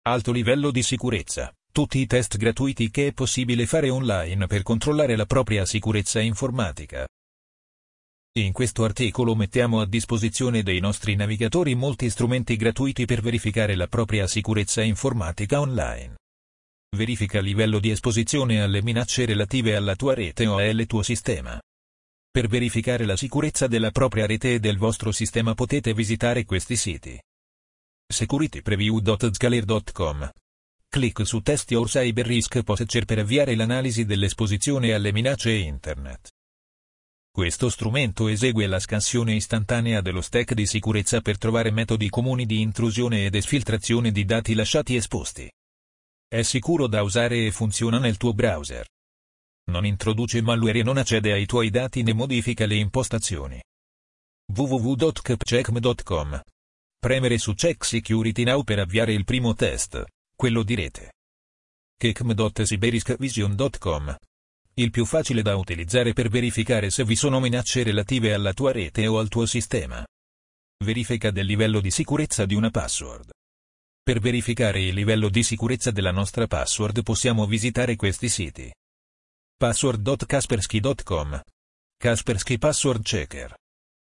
Alto livello di sicurezza. Tutti i test gratuiti che è possibile fare online per controllare la propria sicurezza informatica. In questo articolo mettiamo a disposizione dei nostri navigatori molti strumenti gratuiti per verificare la propria sicurezza informatica online. Verifica livello di esposizione alle minacce relative alla tua rete o al tuo sistema. Per verificare la sicurezza della propria rete e del vostro sistema potete visitare questi siti. securitypreview.zscaler.com. Clic su Test Your Cyber Risk Posture per avviare l'analisi dell'esposizione alle minacce internet. Questo strumento esegue la scansione istantanea dello stack di sicurezza per trovare metodi comuni di intrusione ed esfiltrazione di dati lasciati esposti. È sicuro da usare e funziona nel tuo browser. Non introduce malware e non accede ai tuoi dati né modifica le impostazioni. www.checkm.com. Premere su Check Security Now per avviare il primo test, quello di rete. Checkm.cyberriskvision.com. Il più facile da utilizzare per verificare se vi sono minacce relative alla tua rete o al tuo sistema. Verifica del livello di sicurezza di una password. Per verificare il livello di sicurezza della nostra password possiamo visitare questi siti. Password.kaspersky.com. Kaspersky Password Checker.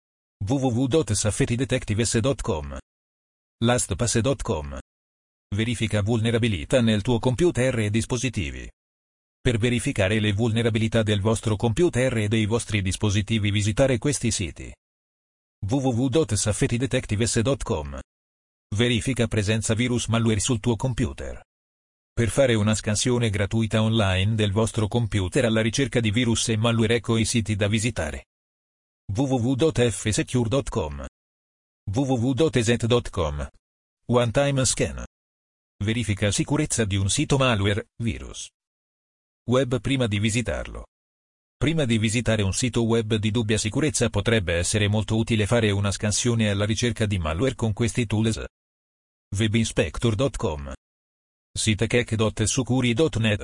www.safetydetectives.com. LastPass.com. Verifica vulnerabilità nel tuo computer e dispositivi. Per verificare le vulnerabilità del vostro computer e dei vostri dispositivi visitare questi siti. www.safetydetectives.com. Verifica presenza virus malware sul tuo computer. Per fare una scansione gratuita online del vostro computer alla ricerca di virus e malware ecco i siti da visitare. www.fsecure.com. www.eset.com. One Time Scan. Verifica sicurezza di un sito malware, virus. Web prima di visitarlo. Prima di visitare un sito web di dubbia sicurezza potrebbe essere molto utile fare una scansione alla ricerca di malware con questi tools. Webinspector.com. Sitecheck.sucuri.net.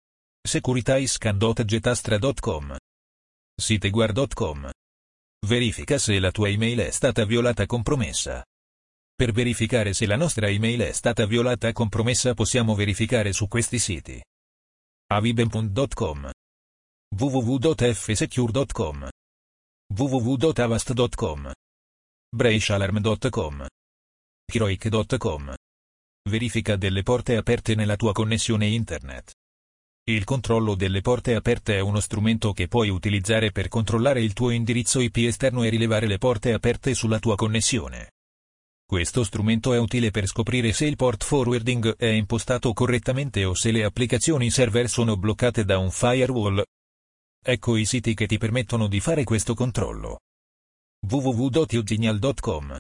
securityscan.getastra.com. Siteguard.com. Verifica se la tua email è stata violata o compromessa. Per verificare se la nostra email è stata violata o compromessa possiamo verificare su questi siti. avibem.com. www.fsecure.com. www.avast.com. breachalarm.com. heroic.com. Verifica delle porte aperte nella tua connessione internet. Il controllo delle porte aperte è uno strumento che puoi utilizzare per controllare il tuo indirizzo IP esterno e rilevare le porte aperte sulla tua connessione. Questo strumento è utile per scoprire se il port forwarding è impostato correttamente o se le applicazioni server sono bloccate da un firewall. Ecco i siti che ti permettono di fare questo controllo. www.uzignal.com.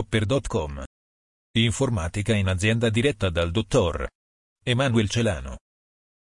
www.unoshopper.com. Informatica in azienda diretta dal dottor Emanuel Celano.